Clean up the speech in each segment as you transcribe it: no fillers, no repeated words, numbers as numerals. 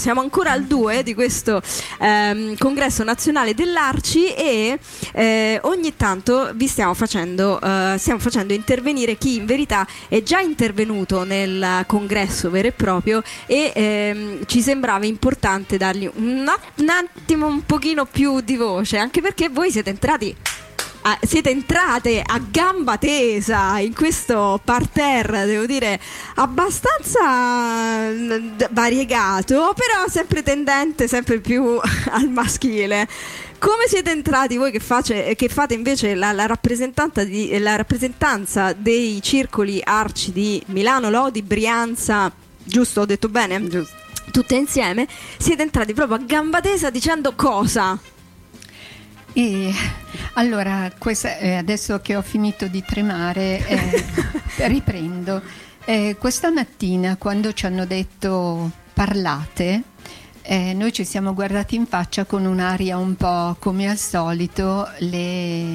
Siamo ancora al 2 di questo congresso nazionale dell'Arci e ogni tanto vi stiamo facendo intervenire chi in verità è già intervenuto nel congresso vero e proprio e ci sembrava importante dargli un attimo un pochino più di voce, anche perché voi siete entrate a gamba tesa in questo parterre, devo dire abbastanza variegato, però sempre tendente sempre più al maschile. Come siete entrati voi che fate invece la rappresentanza dei circoli Arci di Milano, Lodi, Brianza, giusto? Ho detto bene? Giusto. Tutte insieme siete entrati proprio a gamba tesa dicendo cosa? E allora, adesso che ho finito di tremare, riprendo. Questa mattina, quando ci hanno detto parlate, noi ci siamo guardati in faccia con un'aria un po' come al solito, le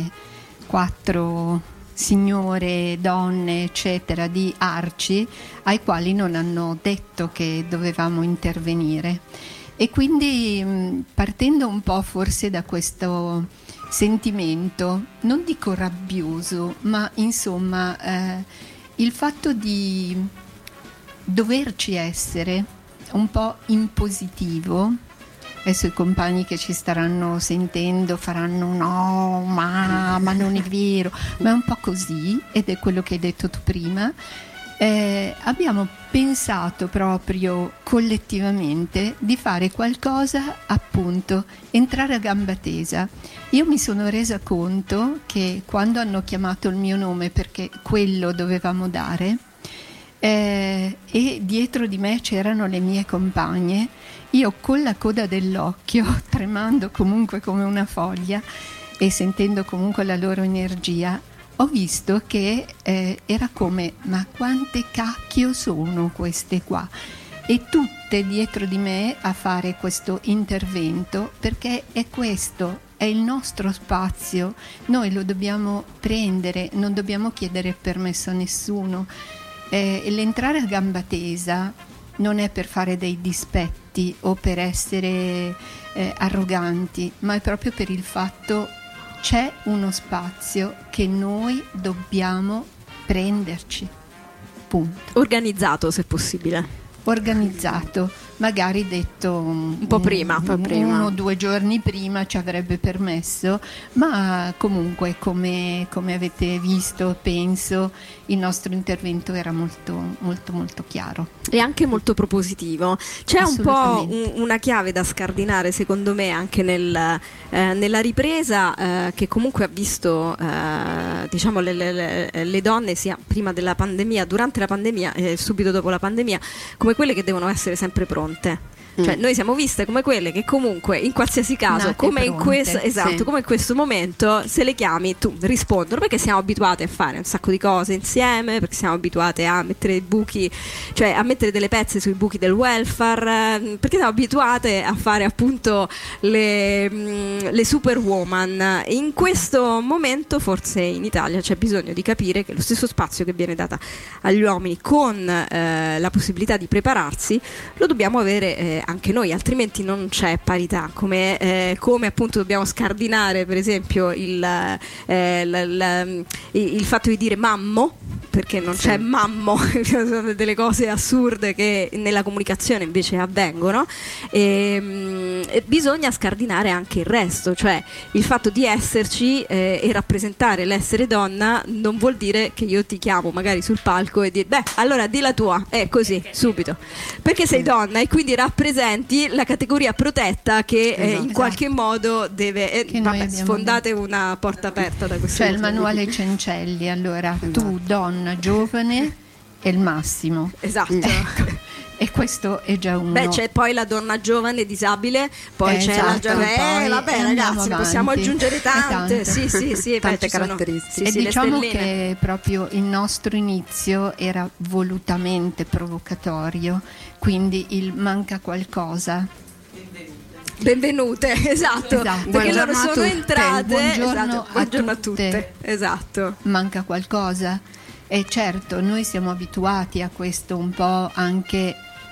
4 signore, donne, eccetera, di Arci, ai quali non hanno detto che dovevamo intervenire. E quindi partendo un po' forse da questo sentimento, non dico rabbioso, ma insomma il fatto di doverci essere un po' in positivo. Adesso i compagni che ci staranno sentendo faranno no, ma non è vero, ma è un po' così, ed è quello che hai detto tu prima. Abbiamo pensato proprio collettivamente di fare qualcosa, appunto, entrare a gamba tesa. Io mi sono resa conto che quando hanno chiamato il mio nome, perché quello dovevamo dare, e dietro di me c'erano le mie compagne, io con la coda dell'occhio, tremando comunque come una foglia e sentendo comunque la loro energia, ho visto che era come, ma quante cacchio sono queste qua? E tutte dietro di me a fare questo intervento, perché è questo, è il nostro spazio, noi lo dobbiamo prendere, non dobbiamo chiedere permesso a nessuno. L'entrare a gamba tesa non è per fare dei dispetti o per essere arroganti, ma è proprio per il fatto c'è uno spazio che noi dobbiamo prenderci, punto. Organizzato, se possibile. Organizzato, magari detto un po' prima. 1 o 2 giorni prima ci avrebbe permesso, ma comunque come avete visto, penso, il nostro intervento era molto molto molto chiaro e anche molto propositivo. C'è un po' una chiave da scardinare secondo me anche nella ripresa, che comunque ha visto diciamo le donne sia prima della pandemia, durante la pandemia e subito dopo la pandemia, come quelle che devono essere sempre pronte. Cioè noi siamo viste come quelle che comunque in qualsiasi caso, come in questo, esatto, come in questo momento, se le chiami tu rispondono, perché siamo abituate a fare un sacco di cose insieme, perché siamo abituate a mettere i buchi, cioè a mettere delle pezze sui buchi del welfare, perché siamo abituate a fare appunto le superwoman. In questo momento forse in Italia c'è bisogno di capire che lo stesso spazio che viene dato agli uomini con la possibilità di prepararsi lo dobbiamo avere anche noi, altrimenti non c'è parità, come appunto dobbiamo scardinare per esempio il fatto di dire mammo, perché non c'è mammo, sono delle cose assurde che nella comunicazione invece avvengono, e bisogna scardinare anche il resto, cioè il fatto di esserci e rappresentare l'essere donna non vuol dire che io ti chiamo magari sul palco e dire allora di la tua, così subito, perché sei donna e quindi rappresenti la categoria protetta che in qualche modo deve sfondate una porta aperta da questo. Cioè il manuale Cencelli, allora tu donna giovane è il massimo, esatto. Ecco. E questo è già uno. C'è poi la donna giovane disabile, poi c'è la giovane, vabbè ragazzi, possiamo aggiungere tante tante caratteristiche. E diciamo che proprio il nostro inizio era volutamente provocatorio, quindi il manca qualcosa. Benvenute, esatto. Perché loro sono entrate. Buongiorno a tutte. Esatto. Manca qualcosa. E certo, noi siamo abituati a questo un po' anche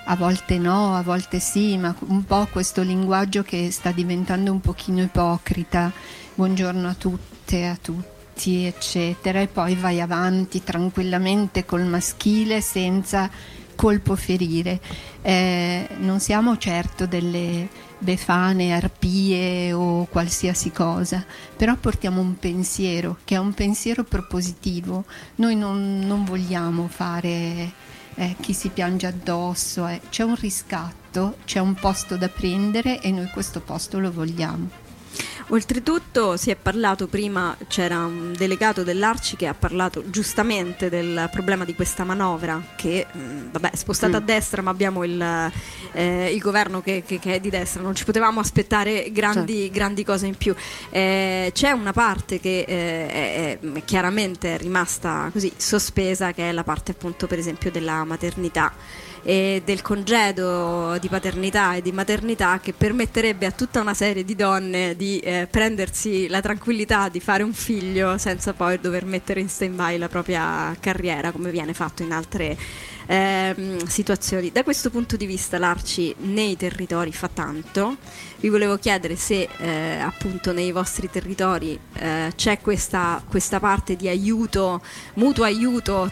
a volte no, a volte sì, ma un po' questo linguaggio che sta diventando un pochino ipocrita, buongiorno a tutte, a tutti, eccetera, e poi vai avanti tranquillamente col maschile senza colpo ferire. Non siamo certo delle befane, arpie o qualsiasi cosa, però portiamo un pensiero che è un pensiero propositivo. Noi non vogliamo fare chi si piange addosso, c'è un riscatto, c'è un posto da prendere e noi questo posto lo vogliamo. Oltretutto si è parlato prima, c'era un delegato dell'Arci che ha parlato giustamente del problema di questa manovra che vabbè, è spostata a destra, ma abbiamo il governo che è di destra, non ci potevamo aspettare grandi cose in più. C'è una parte che è chiaramente rimasta così sospesa, che è la parte appunto per esempio della maternità e del congedo di paternità e di maternità, che permetterebbe a tutta una serie di donne di prendersi la tranquillità di fare un figlio senza poi dover mettere in stand-by la propria carriera, come viene fatto in altre situazioni. Da questo punto di vista l'Arci nei territori fa tanto. Vi volevo chiedere se appunto nei vostri territori c'è questa parte di aiuto, mutuo aiuto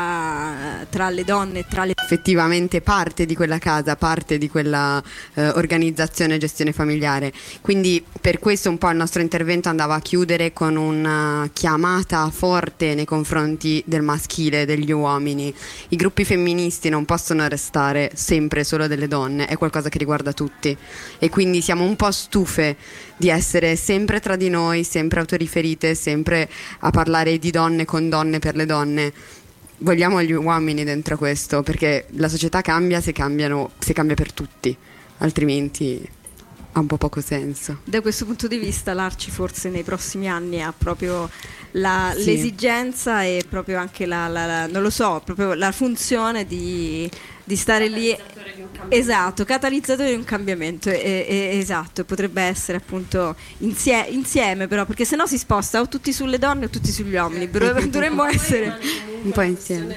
tra le donne, tra le... Effettivamente parte di quella casa, parte di quella organizzazione e gestione familiare. Quindi per questo un po' il nostro intervento andava a chiudere con una chiamata forte nei confronti del maschile, degli uomini. I gruppi femministi non possono restare sempre solo delle donne, è qualcosa che riguarda tutti, e quindi siamo un po' stufe di essere sempre tra di noi, sempre autoriferite, sempre a parlare di donne con donne per le donne. Vogliamo gli uomini dentro questo, perché la società cambia se cambia per tutti, altrimenti ha un po' poco senso. Da questo punto di vista l'Arci forse nei prossimi anni ha proprio l'esigenza e proprio anche non lo so, proprio la funzione di stare lì, esatto, catalizzatore di un cambiamento, esatto, potrebbe essere appunto insieme, però, perché sennò si sposta o tutti sulle donne o tutti sugli uomini, però dovremmo essere un po' insieme.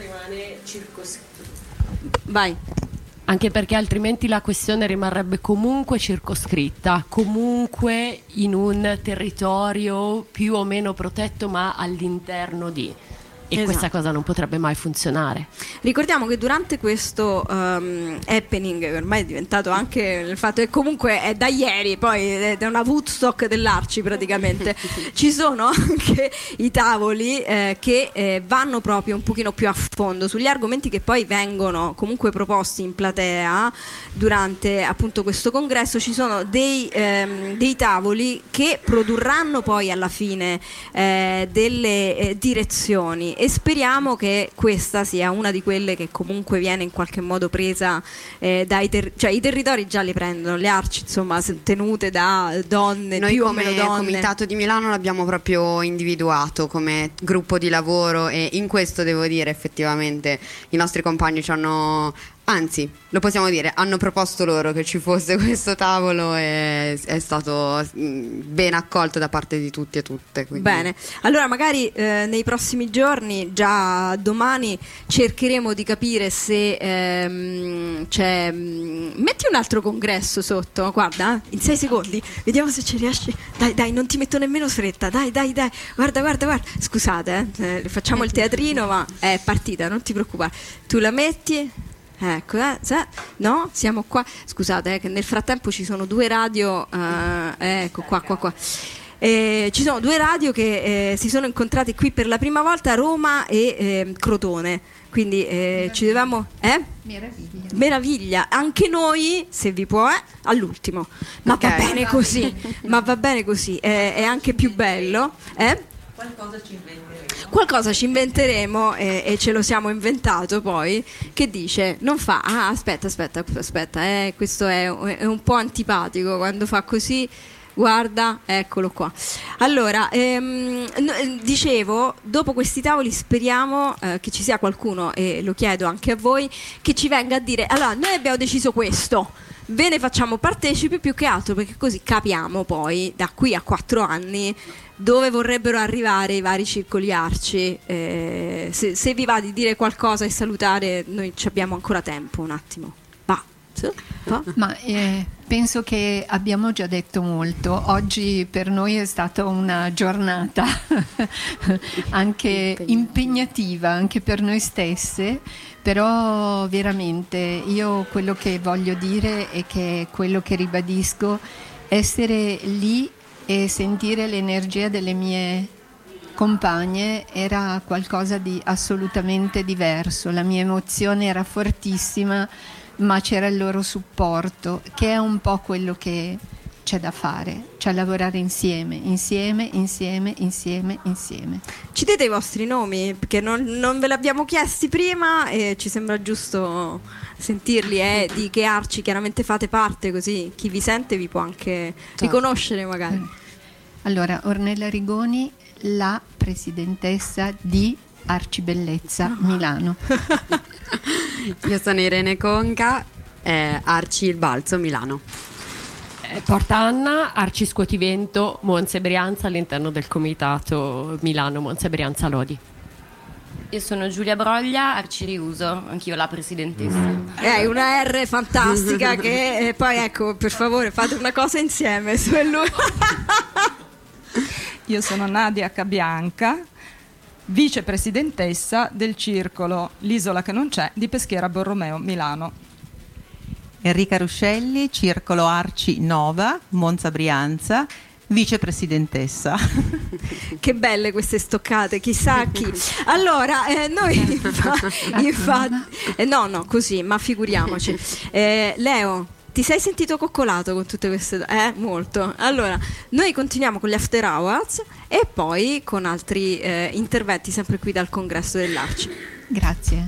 Vai. Anche perché altrimenti la questione rimarrebbe comunque circoscritta, comunque in un territorio più o meno protetto, ma all'interno di... E esatto. Questa cosa non potrebbe mai funzionare. Ricordiamo che durante questo happening, che ormai è diventato anche il fatto che comunque è da ieri, poi è una Woodstock dell'Arci praticamente, ci sono anche i tavoli che vanno proprio un pochino più a fondo sugli argomenti che poi vengono comunque proposti in platea durante appunto questo congresso. Ci sono dei tavoli che produrranno poi alla fine delle direzioni, e speriamo che questa sia una di quelle che comunque viene in qualche modo presa cioè i territori già le prendono, le Arci insomma tenute da donne. Noi più come o meno donne. Comitato di Milano l'abbiamo proprio individuato come gruppo di lavoro, e in questo devo dire effettivamente i nostri compagni ci hanno... Anzi, lo possiamo dire, hanno proposto loro che ci fosse questo tavolo e è stato ben accolto da parte di tutti e tutte. Quindi. Bene, allora magari nei prossimi giorni, già domani, cercheremo di capire se c'è... metti un altro congresso sotto, guarda, in 6 secondi, vediamo se ci riesci. Dai, non ti metto nemmeno fretta, dai, guarda. Scusate, facciamo il teatrino, ma è partita, non ti preoccupare. Tu la metti... Ecco, no, siamo qua. Scusate, che nel frattempo ci sono 2 radio, ecco qua. Ci sono 2 radio che si sono incontrate qui per la prima volta, Roma e Crotone. Quindi ci dovevamo... Meraviglia, anche noi, se vi può, all'ultimo. Ma okay. Va bene così, è anche più bello. Qualcosa ci inventeremo e ce lo siamo inventato poi, che dice, non fa, aspetta, questo è un po' antipatico quando fa così, guarda, eccolo qua. Allora, dicevo, dopo questi tavoli speriamo che ci sia qualcuno, e lo chiedo anche a voi, che ci venga a dire, allora, noi abbiamo deciso questo, ve ne facciamo partecipi, più che altro perché così capiamo poi, da qui a 4 anni, dove vorrebbero arrivare i vari circoli Arci. Se vi va di dire qualcosa e salutare, noi ci abbiamo ancora tempo, un attimo. Va. Ma penso che abbiamo già detto molto. Oggi per noi è stata una giornata anche impegnativa, anche per noi stesse, però veramente io quello che voglio dire è che quello che ribadisco, essere lì e sentire l'energia delle mie compagne era qualcosa di assolutamente diverso. La mia emozione era fortissima, ma c'era il loro supporto, che è un po' quello che c'è da fare, cioè lavorare insieme. Ci dite i vostri nomi, perché non ve l'abbiamo chiesti prima e ci sembra giusto sentirli, di che Arci chiaramente fate parte, così chi vi sente vi può anche riconoscere magari. Allora, Ornella Rigoni, la presidentessa di Arci Bellezza Milano. Io sono Irene Conca, Arci Il Balzo Milano. Porta Anna, Arci Scuotivento Monza Brianza, all'interno del comitato Milano Monza Brianza Lodi. Io sono Giulia Broglia, Arci Riuso, anch'io la presidentessa. È una R fantastica che poi ecco, per favore fate una cosa insieme su lui. Io sono Nadia Cabianca, vicepresidentessa del circolo L'Isola che non c'è di Peschiera Borromeo Milano. Enrica Ruscelli, circolo Arci Nova, Monza Brianza, vicepresidentessa. Che belle queste stoccate, chissà chi. Allora, noi infatti no, così, ma figuriamoci. Leo, ti sei sentito coccolato con tutte queste... molto. Allora, noi continuiamo con gli after hours e poi con altri interventi sempre qui dal congresso dell'Arci. Grazie.